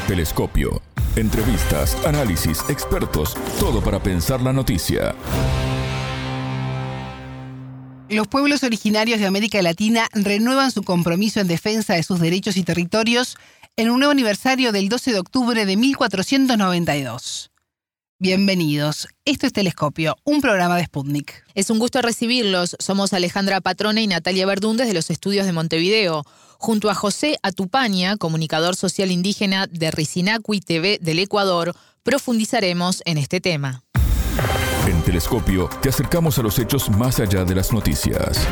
Telescopio. Entrevistas, análisis, expertos, todo para pensar la noticia. Los pueblos originarios de América Latina renuevan su compromiso en defensa de sus derechos y territorios en un nuevo aniversario del 12 de octubre de 1492. Bienvenidos. Esto es Telescopio, un programa de Sputnik. Es un gusto recibirlos. Somos Alejandra Patrone y Natalia Verdún desde los estudios de Montevideo. Junto a José Atupaña, comunicador social indígena de Risinacui TV del Ecuador, profundizaremos en este tema. En Telescopio te acercamos a los hechos más allá de las noticias.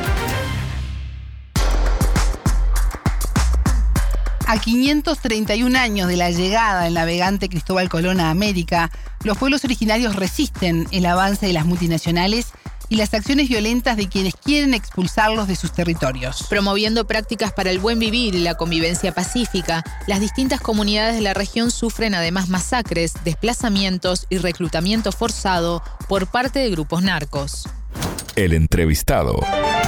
A 531 años de la llegada del navegante Cristóbal Colón a América, los pueblos originarios resisten el avance de las multinacionales y las acciones violentas de quienes quieren expulsarlos de sus territorios. Promoviendo prácticas para el buen vivir y la convivencia pacífica, las distintas comunidades de la región sufren además masacres, desplazamientos y reclutamiento forzado por parte de grupos narcos. El entrevistado.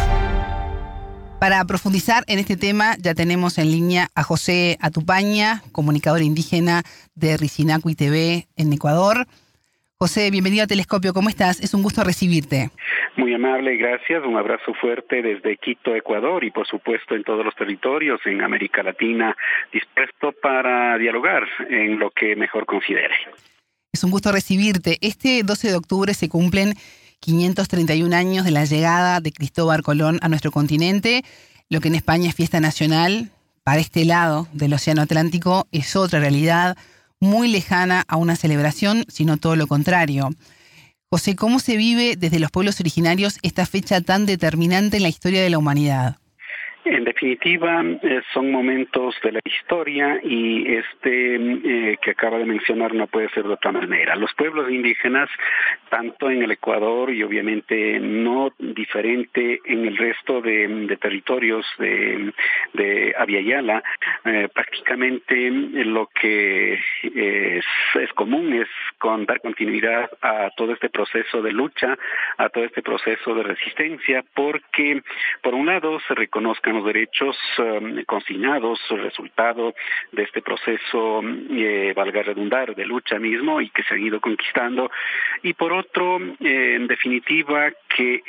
Para profundizar en este tema, ya tenemos en línea a José Atupaña, comunicador indígena de Risinacui TV en Ecuador. José, bienvenido a Telescopio. ¿Cómo estás? Es un gusto recibirte. Muy amable, gracias. Un abrazo fuerte desde Quito, Ecuador, y por supuesto en todos los territorios en América Latina, dispuesto para dialogar en lo que mejor considere. Es un gusto recibirte. Este 12 de octubre se cumplen 531 años de la llegada de Cristóbal Colón a nuestro continente. Lo que en España es fiesta nacional, para este lado del Océano Atlántico es otra realidad muy lejana a una celebración, sino todo lo contrario. José, ¿cómo se vive desde los pueblos originarios esta fecha tan determinante en la historia de la humanidad? En definitiva, son momentos de la historia y que acaba de mencionar no puede ser de otra manera. Los pueblos indígenas, tanto en el Ecuador y obviamente no diferente en el resto de territorios de Abya Yala, prácticamente lo que es común es dar continuidad a todo este proceso de lucha, a todo este proceso de resistencia, porque por un lado se reconozcan los derechos consignados, resultado de este proceso, valga redundar, de lucha mismo y que se han ido conquistando, y por otro, en definitiva, que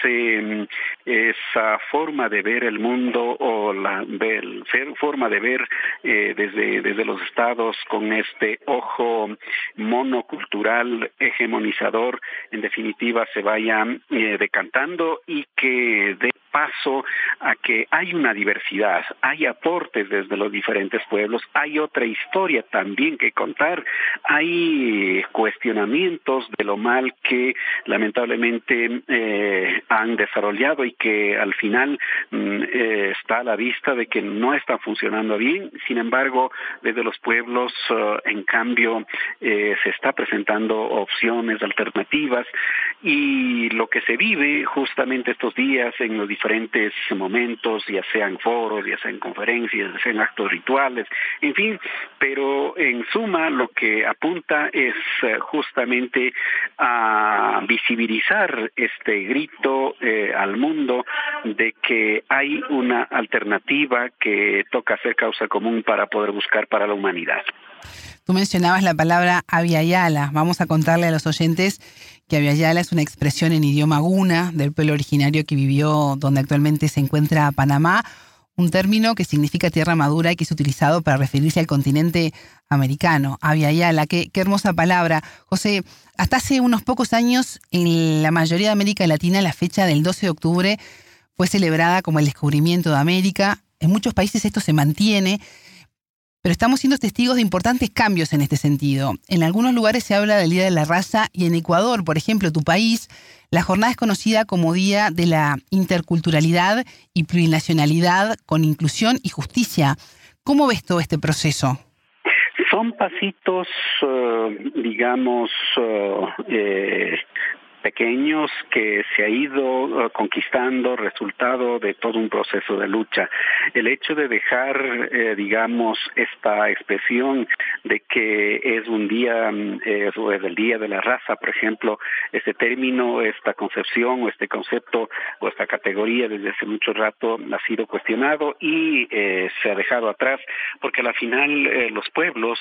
esa forma de ver el mundo o forma de ver desde los estados con este ojo monocultural hegemonizador, en definitiva se vaya decantando y que dé paso a que hay una diversidad, hay aportes desde los diferentes pueblos, hay otra historia también que contar, hay cuestionamientos de lo mal que lamentablemente han desarrollado y que al final está a la vista de que no están funcionando bien. Sin embargo, desde los pueblos, en cambio, se está presentando opciones alternativas, y lo que se vive justamente estos días en los diferentes momentos, ya sean foros, ya sean conferencias, ya sean actos rituales, en fin, pero en suma lo que apunta es justamente a visibilizar este grito al mundo de que hay una alternativa que toca hacer causa común para poder buscar para la humanidad. Tú mencionabas la palabra Abya Yala. Vamos a contarle a los oyentes que Abya Yala es una expresión en idioma guna del pueblo originario que vivió donde actualmente se encuentra Panamá, un término que significa tierra madura y que es utilizado para referirse al continente americano. Abya Yala, qué hermosa palabra. José, hasta hace unos pocos años en la mayoría de América Latina la fecha del 12 de octubre fue celebrada como el descubrimiento de América. En muchos países esto se mantiene, pero estamos siendo testigos de importantes cambios en este sentido. En algunos lugares se habla del Día de la Raza y en Ecuador, por ejemplo, tu país, la jornada es conocida como Día de la Interculturalidad y Plurinacionalidad con Inclusión y Justicia. ¿Cómo ves todo este proceso? Son pasitos, digamos, pequeños que se ha ido conquistando, resultado de todo un proceso de lucha. El hecho de dejar, digamos, esta expresión de que es un día, es el Día de la Raza, por ejemplo, este término, esta concepción o este concepto o esta categoría desde hace mucho rato ha sido cuestionado y se ha dejado atrás, porque al final los pueblos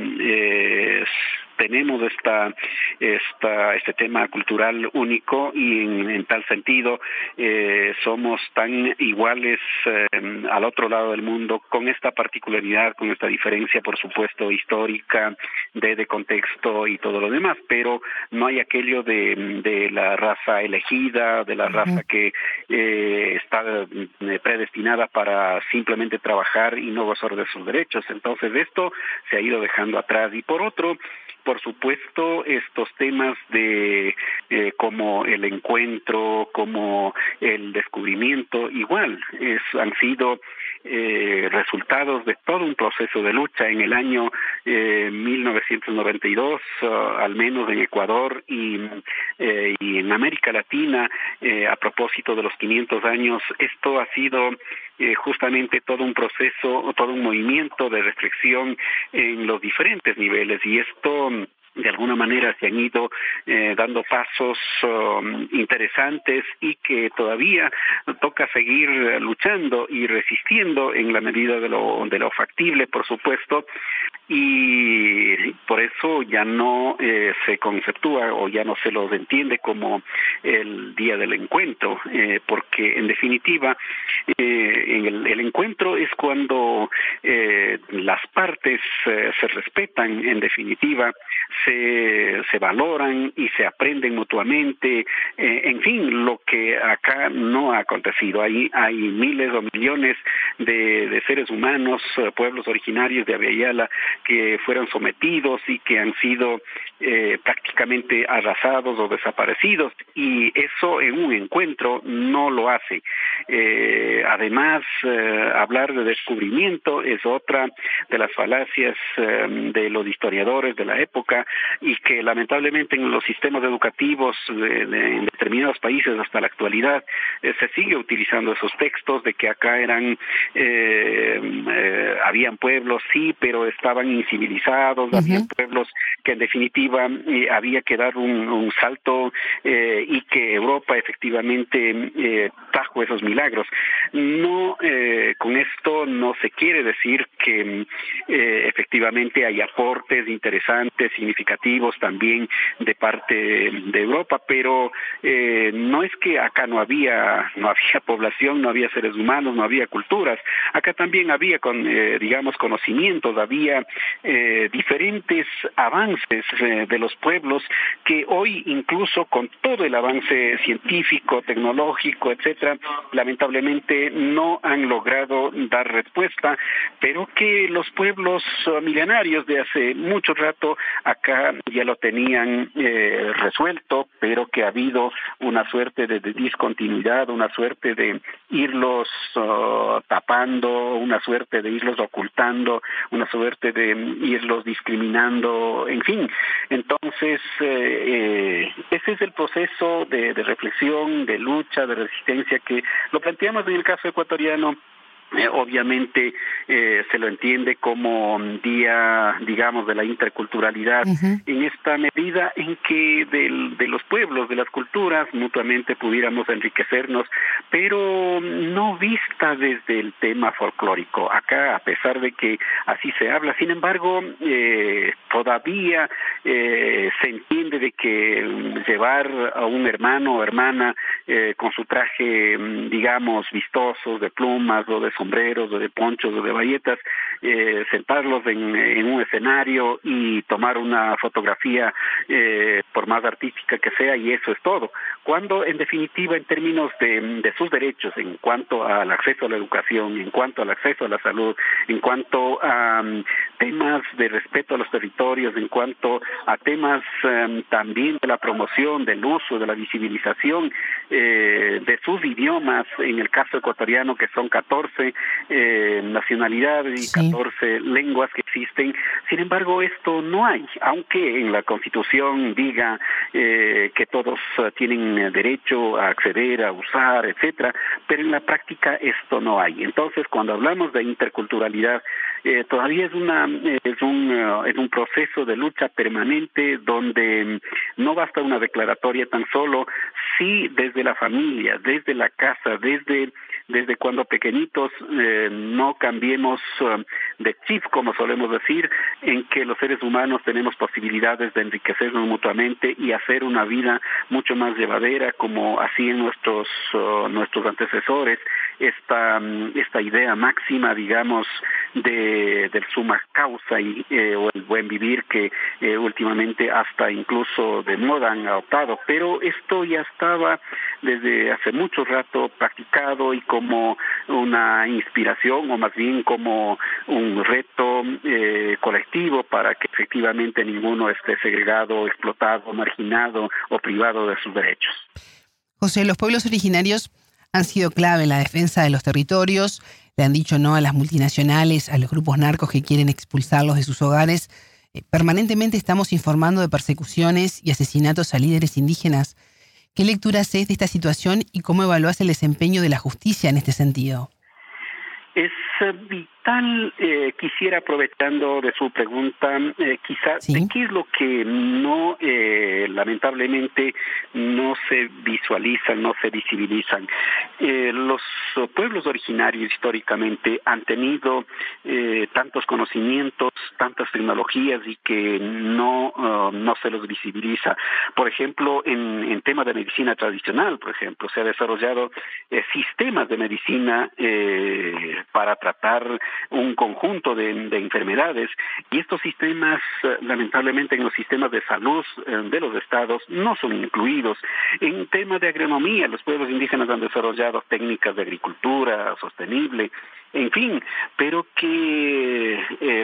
tenemos este tema cultural único y en tal sentido somos tan iguales al otro lado del mundo, con esta particularidad, con esta diferencia, por supuesto, histórica, de contexto y todo lo demás, pero no hay aquello de la raza elegida, de la raza que está predestinada para simplemente trabajar y no gozar de sus derechos. Entonces esto se ha ido dejando atrás. Y por otro, por supuesto, estos temas de como el encuentro, como el descubrimiento, igual han sido resultados de todo un proceso de lucha. En el año 1992, al menos en Ecuador y en América Latina, a propósito de los 500 años, esto ha sido justamente todo un proceso, todo un movimiento de reflexión en los diferentes niveles, y esto de alguna manera se han ido dando pasos interesantes y que todavía toca seguir luchando y resistiendo en la medida de lo factible, por supuesto, y por eso ya no se conceptúa o ya no se los entiende como el Día del Encuentro, porque en definitiva el encuentro es cuando las partes se respetan, en definitiva, se valoran y se aprenden mutuamente, en fin, lo que acá no ha acontecido. Hay miles o millones de seres humanos, pueblos originarios de Abya que fueron sometidos y que han sido prácticamente arrasados o desaparecidos, y eso en un encuentro no lo hace. Además, hablar de descubrimiento es otra de las falacias de los historiadores de la época, y que lamentablemente en los sistemas educativos en determinados países hasta la actualidad se sigue utilizando esos textos de que acá habían pueblos, sí, pero estaban incivilizados, habían pueblos que en definitiva había que dar un salto y que Europa efectivamente trajo esos milagros. No, con esto no se quiere decir que efectivamente hay aportes interesantes, significativos también de parte de Europa, pero no es que acá no había población, no había seres humanos, no había culturas. Acá también había digamos conocimientos, había diferentes avances de los pueblos que hoy, incluso con todo el avance científico, tecnológico, etcétera, lamentablemente no han logrado dar respuesta, pero que los pueblos milenarios de hace mucho rato acá ya lo tenían resuelto, pero que ha habido una suerte de discontinuidad, una suerte de irlos tapando, una suerte de irlos ocultando, una suerte de irlos discriminando, en fin. Entonces, ese es el proceso de reflexión, de lucha, de resistencia que lo planteamos en el caso ecuatoriano. Obviamente se lo entiende como día, digamos, de la interculturalidad, en esta medida en que de los pueblos, de las culturas, mutuamente pudiéramos enriquecernos, pero no vista desde el tema folclórico. Acá, a pesar de que así se habla, sin embargo, todavía se entiende de que llevar a un hermano o hermana con su traje, digamos, vistosos, de plumas o de sombreros, o de ponchos, o de bayetas, sentarlos en un escenario y tomar una fotografía, por más artística que sea, y eso es todo. Cuando, en definitiva, en términos de sus derechos, en cuanto al acceso a la educación, en cuanto al acceso a la salud, en cuanto a temas de respeto a los territorios, en cuanto a temas también de la promoción, del uso, de la visibilización de sus idiomas, en el caso ecuatoriano, que son 14 nacionalidades y 14 lenguas que existen. Sin embargo, esto no hay, aunque en la Constitución diga que todos tienen derecho a acceder, a usar, etcétera, pero en la práctica esto no hay. Entonces, cuando hablamos de interculturalidad, todavía es un proceso de lucha permanente donde no basta una declaratoria tan solo, si desde la familia, desde la casa, desde cuando pequeñitos no cambiemos de chip, como solemos decir, en que los seres humanos tenemos posibilidades de enriquecernos mutuamente y hacer una vida mucho más llevadera, como hacían nuestros antecesores. Esta idea máxima, digamos, del summa causa o el buen vivir, que últimamente hasta incluso de moda han adoptado, pero esto ya estaba desde hace mucho rato practicado y como una inspiración, o más bien como un reto colectivo para que efectivamente ninguno esté segregado, explotado, marginado o privado de sus derechos. José, los pueblos originarios han sido clave en la defensa de los territorios, le han dicho no a las multinacionales, a los grupos narcos que quieren expulsarlos de sus hogares. Permanentemente estamos informando de persecuciones y asesinatos a líderes indígenas. ¿Qué lectura haces de esta situación y cómo evalúas el desempeño de la justicia en este sentido? Es vital, quisiera, aprovechando de su pregunta, quizás, ¿sí?, ¿qué es lo que no, lamentablemente, no se visualizan, no se visibilizan? Los pueblos originarios históricamente han tenido tantos conocimientos, tantas tecnologías y que no se los visibiliza. Por ejemplo, en tema de medicina tradicional, por ejemplo, se ha desarrollado sistemas de medicina para tratar un conjunto de enfermedades, y estos sistemas, lamentablemente, en los sistemas de salud de los estados no son incluidos. En tema de agronomía, los pueblos indígenas han desarrollado técnicas de agricultura sostenible, en fin, pero que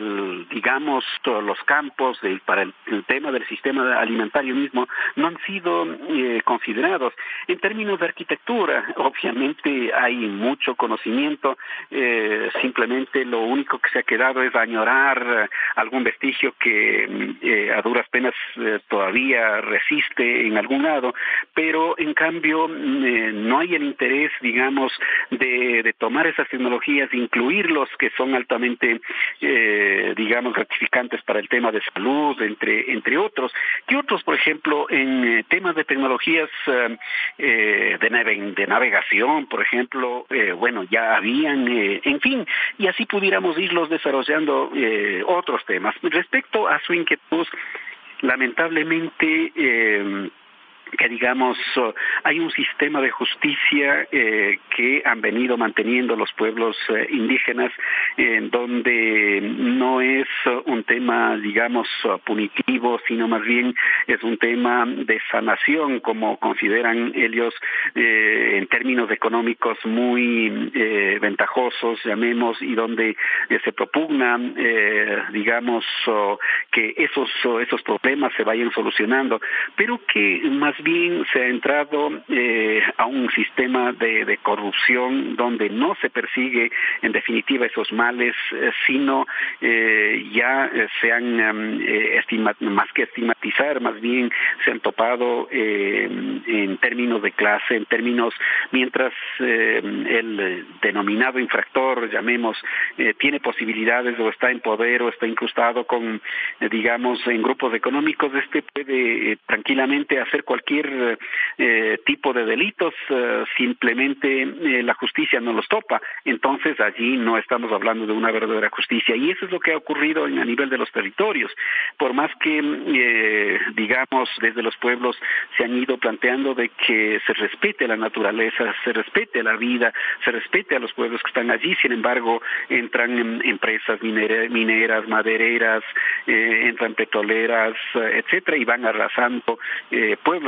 los campos para el tema del sistema alimentario mismo no han sido considerados. En términos de arquitectura, obviamente hay mucho conocimiento, simplemente lo único que se ha quedado es añorar algún vestigio que a duras penas todavía resiste en algún lado, pero en cambio no hay el interés, digamos, de tomar esas tecnologías, incluirlos, que son altamente, digamos, gratificantes para el tema de salud, entre otros. Y otros, por ejemplo, en temas de tecnologías de navegación, por ejemplo, ya habían, en fin, y así pudiéramos irlos desarrollando otros temas. Respecto a su inquietud, lamentablemente, que digamos, hay un sistema de justicia que han venido manteniendo los pueblos indígenas, en donde no es un tema, digamos, punitivo, sino más bien es un tema de sanación, como consideran ellos, en términos económicos muy ventajosos, llamemos, y donde se propugna, digamos, que esos problemas se vayan solucionando, pero que más bien se ha entrado a un sistema de corrupción donde no se persigue en definitiva esos males, sino ya se han más que estigmatizar, más bien se han topado en términos de clase, en términos, mientras el denominado infractor, llamemos, tiene posibilidades o está en poder o está incrustado con, digamos, en grupos económicos, puede tranquilamente hacer cualquier tipo de delitos, simplemente la justicia no los topa. Entonces allí no estamos hablando de una verdadera justicia, y eso es lo que ha ocurrido a nivel de los territorios. Por más que digamos, desde los pueblos se han ido planteando de que se respete la naturaleza, se respete la vida, se respete a los pueblos que están allí, sin embargo entran empresas mineras, madereras, entran petroleras, etcétera, y van arrasando pueblos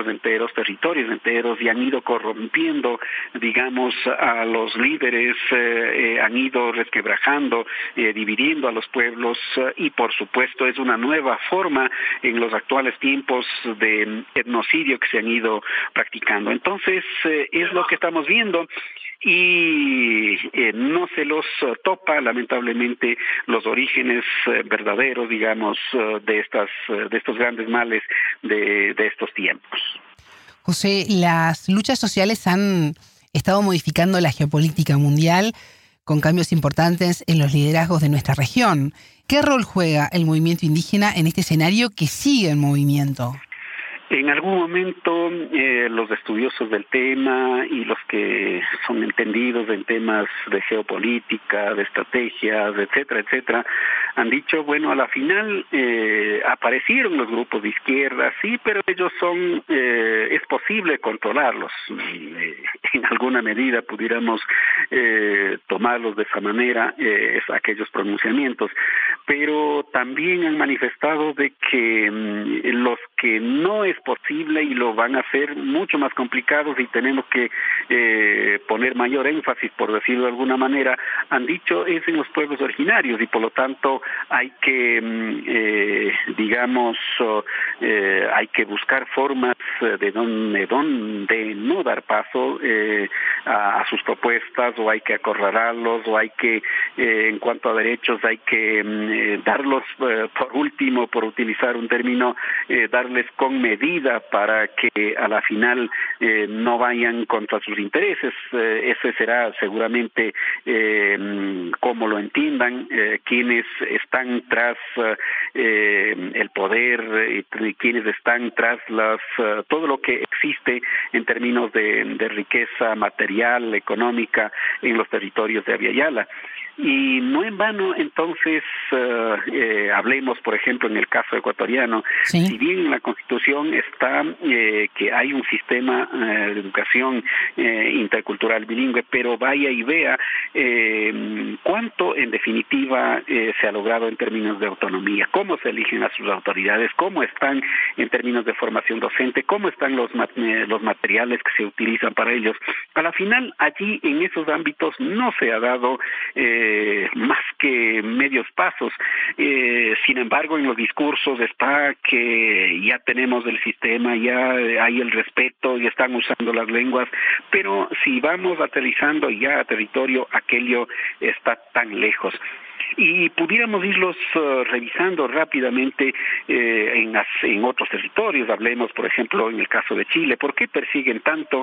enteros, territorios enteros, y han ido corrompiendo, digamos, a los líderes, han ido resquebrajando, dividiendo a los pueblos, y por supuesto es una nueva forma en los actuales tiempos de etnocidio que se han ido practicando. Entonces, es lo que estamos viendo, y no se los topa lamentablemente los orígenes verdaderos, digamos, de estos grandes males de estos tiempos. José, las luchas sociales han estado modificando la geopolítica mundial con cambios importantes en los liderazgos de nuestra región. ¿Qué rol juega el movimiento indígena en este escenario que sigue en movimiento? En algún momento los estudiosos del tema y los que son entendidos en temas de geopolítica, de estrategias, etcétera, etcétera, han dicho, bueno, a la final aparecieron los grupos de izquierda, sí, pero ellos es posible controlarlos. En alguna medida pudiéramos tomarlos de esa manera, aquellos pronunciamientos, pero también han manifestado de que los que no es posible y lo van a hacer mucho más complicados y tenemos que poner mayor énfasis, por decirlo de alguna manera, han dicho es en los pueblos originarios, y por lo tanto hay que, hay que buscar formas de donde no dar paso a sus propuestas, o hay que acorralarlos, o hay que, en cuanto a derechos, hay que darlos, por último, por utilizar un término, darles con medida para que a la final no vayan contra sus intereses. Ese será seguramente como lo entiendan quienes están tras el poder, y quienes están tras todo lo que existe en términos de riqueza material, económica en los territorios de Abya Yala. Y no en vano, entonces, hablemos, por ejemplo, en el caso ecuatoriano, sí. Si bien en la Constitución está que hay un sistema de educación intercultural bilingüe, pero vaya y vea cuánto, en definitiva, se ha logrado en términos de autonomía, cómo se eligen a sus autoridades, cómo están en términos de formación docente, cómo están los materiales que se utilizan para ellos. A la final, allí, en esos ámbitos, no se ha dado más que medios pasos. Sin embargo, en los discursos está que ya tenemos el sistema, ya hay el respeto, ya están usando las lenguas, pero si vamos aterrizando ya a territorio, aquello está tan lejos. Y pudiéramos irlos revisando rápidamente en otros territorios. Hablemos, por ejemplo, en el caso de Chile. ¿Por qué persiguen tanto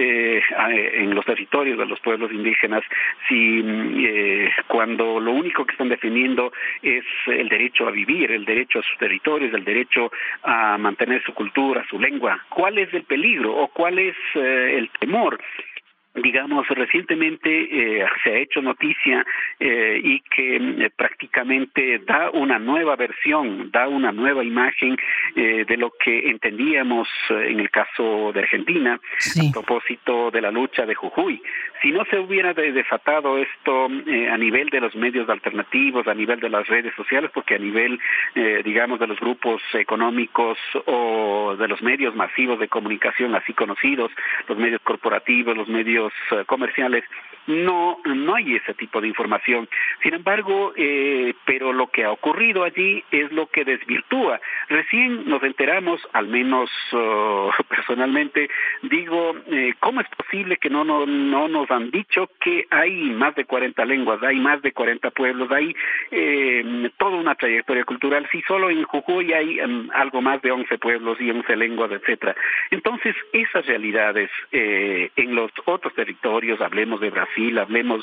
en los territorios de los pueblos indígenas si cuando lo único que están defendiendo es el derecho a vivir, el derecho a sus territorios, el derecho a mantener su cultura, su lengua? ¿Cuál es el peligro o cuál es el temor? Digamos, recientemente se ha hecho noticia y que prácticamente da una nueva versión, da una nueva imagen de lo que entendíamos en el caso de Argentina, sí, a propósito de la lucha de Jujuy. Si no se hubiera desatado esto a nivel de los medios alternativos, a nivel de las redes sociales, porque a nivel, digamos, de los grupos económicos o de los medios masivos de comunicación así conocidos, los medios corporativos, los medios comerciales, no hay ese tipo de información. Sin embargo, pero lo que ha ocurrido allí es lo que desvirtúa. Recién nos enteramos, al menos personalmente, digo, ¿cómo es posible que no nos han dicho que hay más de 40 lenguas, hay más de 40 pueblos, hay toda una trayectoria cultural? Si solo en Jujuy hay algo más de 11 pueblos y 11 lenguas, etcétera. Entonces, esas realidades en los otros territorios, hablemos de Brasil, hablemos,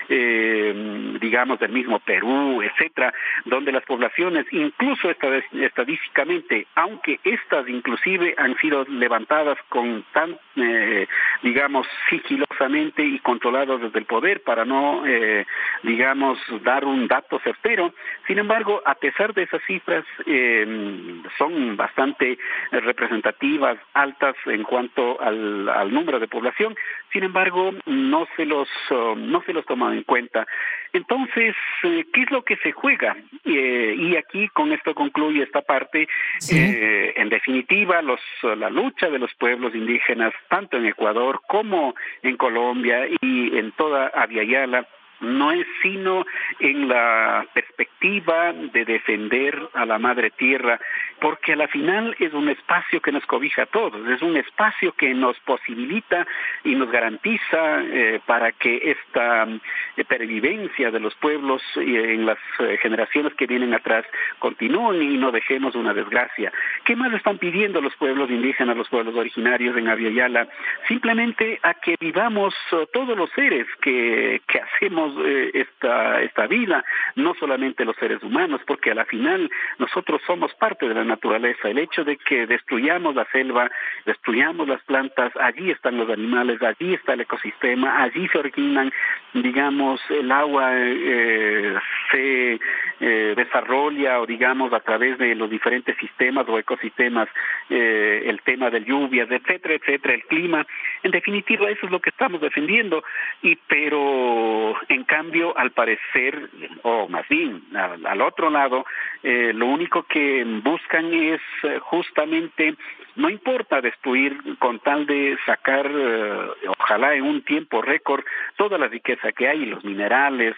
digamos, del mismo Perú, etcétera, donde las poblaciones, incluso estadísticamente, aunque estas inclusive han sido levantadas con tan, digamos, sigilosamente y controladas desde el poder para no, digamos, dar un dato certero. Sin embargo, a pesar de esas cifras, son bastante representativas, altas en cuanto al número de población. Sin embargo, no se los no se los toma en cuenta. Entonces, ¿qué es lo que se juega? Y aquí con esto concluye esta parte. Sí. En definitiva, la lucha de los pueblos indígenas, tanto en Ecuador como en Colombia y en toda Abya Yala, no es sino en la perspectiva de defender a la madre tierra, porque a la final es un espacio que nos cobija a todos, es un espacio que nos posibilita y nos garantiza para que esta pervivencia de los pueblos en las generaciones que vienen atrás continúen y no dejemos una desgracia. ¿Qué más están pidiendo los pueblos indígenas, los pueblos originarios en Abya Yala? Simplemente a que vivamos todos los seres que hacemos esta vida, no solamente los seres humanos, porque a la final nosotros somos parte de la naturaleza. El hecho de que destruyamos la selva, destruyamos las plantas, allí están los animales, allí está el ecosistema, allí se originan, digamos, el agua se desarrolla, o digamos, a través de los diferentes sistemas o ecosistemas, el tema de lluvias, etcétera, etcétera, el clima. En definitiva, eso es lo que estamos defendiendo, pero en cambio, al parecer, o más bien al otro lado, lo único que buscan es justamente, no importa destruir con tal de sacar, ojalá en un tiempo récord, toda la riqueza que hay, los minerales,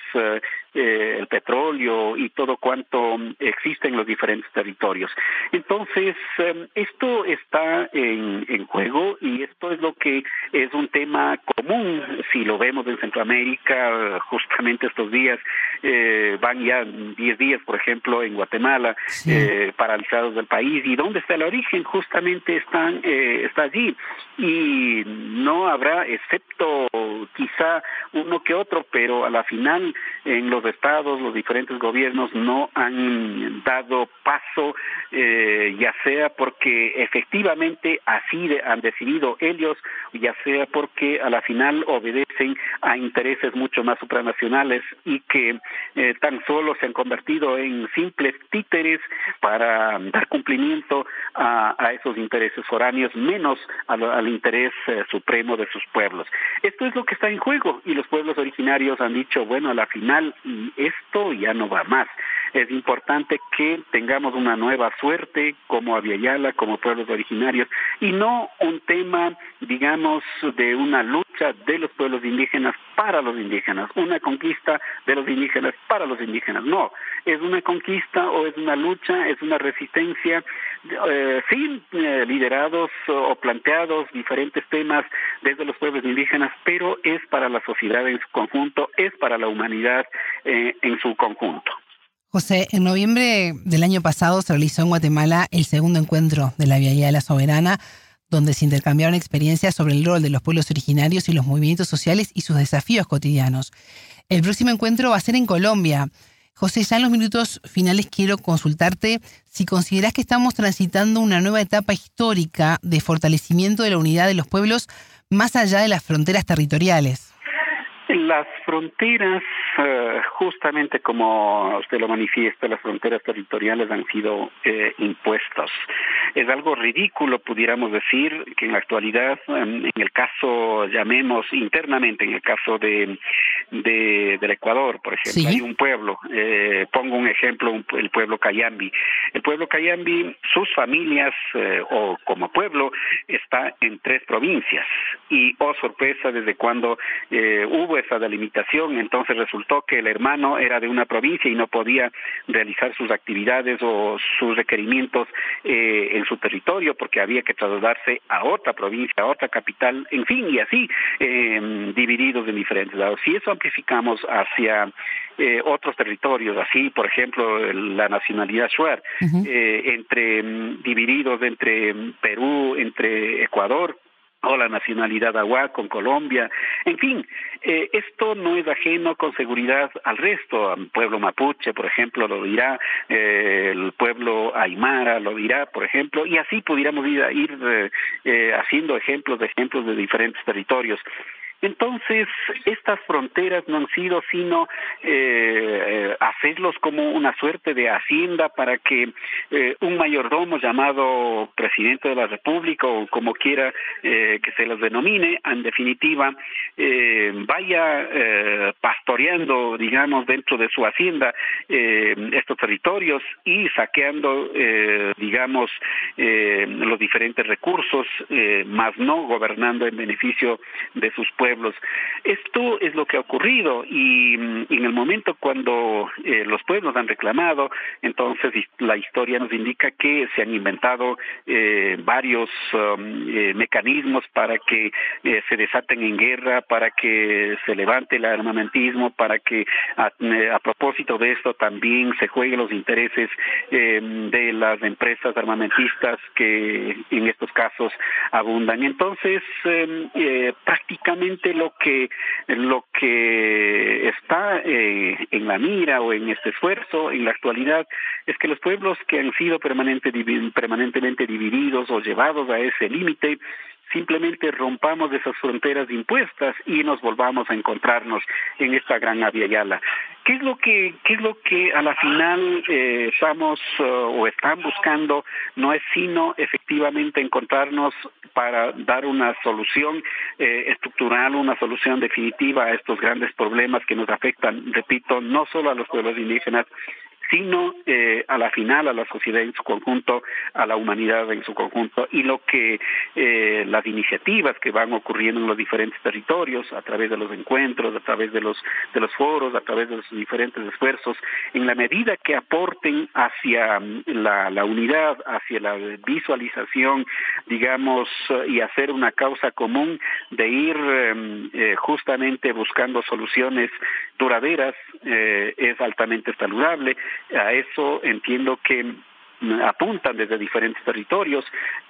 el petróleo y todo cuanto existe en los diferentes territorios. Entonces, esto está en juego, y esto es lo que es un tema común. Si lo vemos en Centroamérica, justamente estos días, van ya 10 días, por ejemplo, en Guatemala, sí, paralizados del país. ¿Y dónde está el origen? Justamente está allí. Y no habrá, excepto quizá uno que otro, pero a la final en los estados, los diferentes gobiernos no han dado paso, ya sea porque efectivamente así han decidido ellos, ya sea porque a la final obedecen a intereses mucho más supranacionales y que tan solo se han convertido en simples títeres para dar cumplimiento a esos intereses foráneos, menos al interés supremo de sus pueblos. Esto es lo que está en juego, y los pueblos originarios han dicho, bueno, a la final esto ya no va más. Es importante que tengamos una nueva suerte como Abya Yala, como pueblos originarios, y no un tema, digamos, de una lucha de los pueblos indígenas para los indígenas, una conquista de los indígenas para los indígenas. No, es una conquista o es una lucha, es una resistencia, sí, liderados o planteados diferentes temas desde los pueblos indígenas, pero es para la sociedad en su conjunto, es para la humanidad en su conjunto. José, en noviembre del año pasado se realizó en Guatemala el segundo encuentro de la Abya Yala Soberana, donde se intercambiaron experiencias sobre el rol de los pueblos originarios y los movimientos sociales y sus desafíos cotidianos. El próximo encuentro va a ser en Colombia. José, ya en los minutos finales quiero consultarte si considerás que estamos transitando una nueva etapa histórica de fortalecimiento de la unidad de los pueblos más allá de las fronteras territoriales. Las fronteras, justamente como usted lo manifiesta, las fronteras territoriales han sido impuestas. Es algo ridículo, pudiéramos decir, que en la actualidad, en el caso, llamemos internamente, en el caso del Ecuador, por ejemplo, ¿sí? Hay un pueblo, pongo un ejemplo, el pueblo Cayambi. El pueblo Cayambi, sus familias, o como pueblo, está en 3 provincias. Y, oh sorpresa, desde cuando hubo esa delimitación, entonces resultó que el hermano era de una provincia y no podía realizar sus actividades o sus requerimientos en su territorio, porque había que trasladarse a otra provincia, a otra capital, en fin, y así divididos en diferentes lados. Si eso amplificamos hacia otros territorios, así, por ejemplo, la nacionalidad Shuar, divididos entre Perú, entre Ecuador, o la nacionalidad Agua con Colombia, en fin, esto no es ajeno con seguridad al resto. Al pueblo mapuche, por ejemplo, lo dirá, el pueblo aymara lo dirá, por ejemplo, y así pudiéramos ir haciendo ejemplos de diferentes territorios. Entonces, estas fronteras no han sido sino hacerlos como una suerte de hacienda para que un mayordomo llamado presidente de la República o como quiera que se los denomine, en definitiva, vaya pastoreando, digamos, dentro de su hacienda estos territorios y saqueando, digamos, los diferentes recursos, más no gobernando en beneficio de sus pueblos. Esto es lo que ha ocurrido y en el momento cuando los pueblos han reclamado, entonces la historia nos indica que se han inventado varios mecanismos para que se desaten en guerra, para que se levante el armamentismo, para que a propósito de esto también se jueguen los intereses de las empresas armamentistas que en estos casos abundan. Entonces, prácticamente lo que está en la mira o en este esfuerzo en la actualidad es que los pueblos que han sido permanentemente divididos o llevados a ese límite simplemente rompamos esas fronteras impuestas y nos volvamos a encontrarnos en esta gran Abya Yala. ¿Qué es lo que a la final estamos o están buscando? No es sino efectivamente encontrarnos para dar una solución estructural, una solución definitiva a estos grandes problemas que nos afectan, repito, no solo a los pueblos indígenas, sino a la final a la sociedad en su conjunto, a la humanidad en su conjunto, y lo que las iniciativas que van ocurriendo en los diferentes territorios, a través de los encuentros, a través de los foros, a través de los diferentes esfuerzos, en la medida que aporten hacia la unidad, hacia la visualización, digamos, y hacer una causa común de ir justamente buscando soluciones duraderas, es altamente saludable. A eso entiendo que apuntan desde diferentes territorios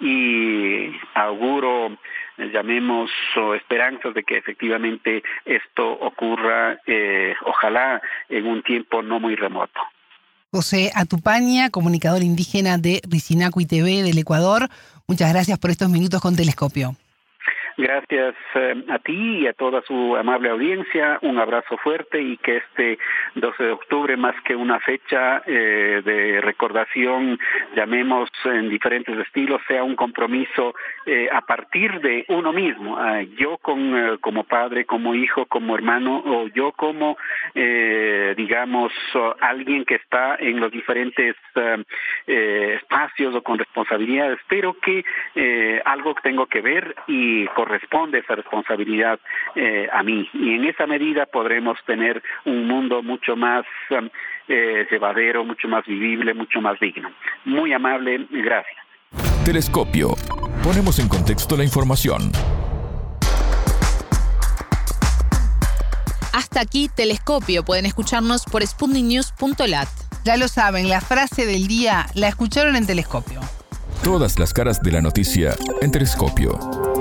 y auguro, llamemos, esperanzas de que efectivamente esto ocurra, ojalá en un tiempo no muy remoto. José Atupaña, comunicador indígena de Risinacuy TV del Ecuador, muchas gracias por estos minutos con Telescopio. Gracias a ti y a toda su amable audiencia, un abrazo fuerte y que este 12 de octubre, más que una fecha de recordación, llamemos en diferentes estilos, sea un compromiso a partir de uno mismo, yo como padre, como hijo, como hermano, o yo como, digamos, alguien que está en los diferentes espacios o con responsabilidades, pero que algo tengo que ver y corresponde esa responsabilidad a mí, y en esa medida podremos tener un mundo mucho más llevadero, mucho más vivible, mucho más digno. Muy amable, gracias. Telescopio. Ponemos en contexto la información. Hasta aquí Telescopio. Pueden escucharnos por sputniknews.lat. Ya lo saben, la frase del día la escucharon en Telescopio. Todas las caras de la noticia en Telescopio.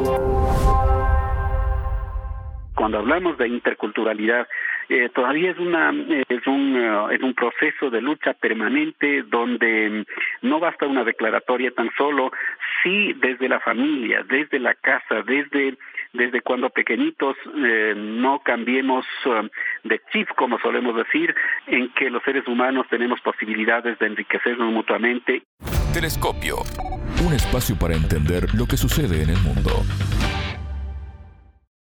Cuando hablamos de interculturalidad, todavía es un proceso de lucha permanente donde no basta una declaratoria tan solo, sí desde la familia, desde la casa, desde cuando pequeñitos no cambiemos de chip, como solemos decir, en que los seres humanos tenemos posibilidades de enriquecernos mutuamente. Telescopio, un espacio para entender lo que sucede en el mundo.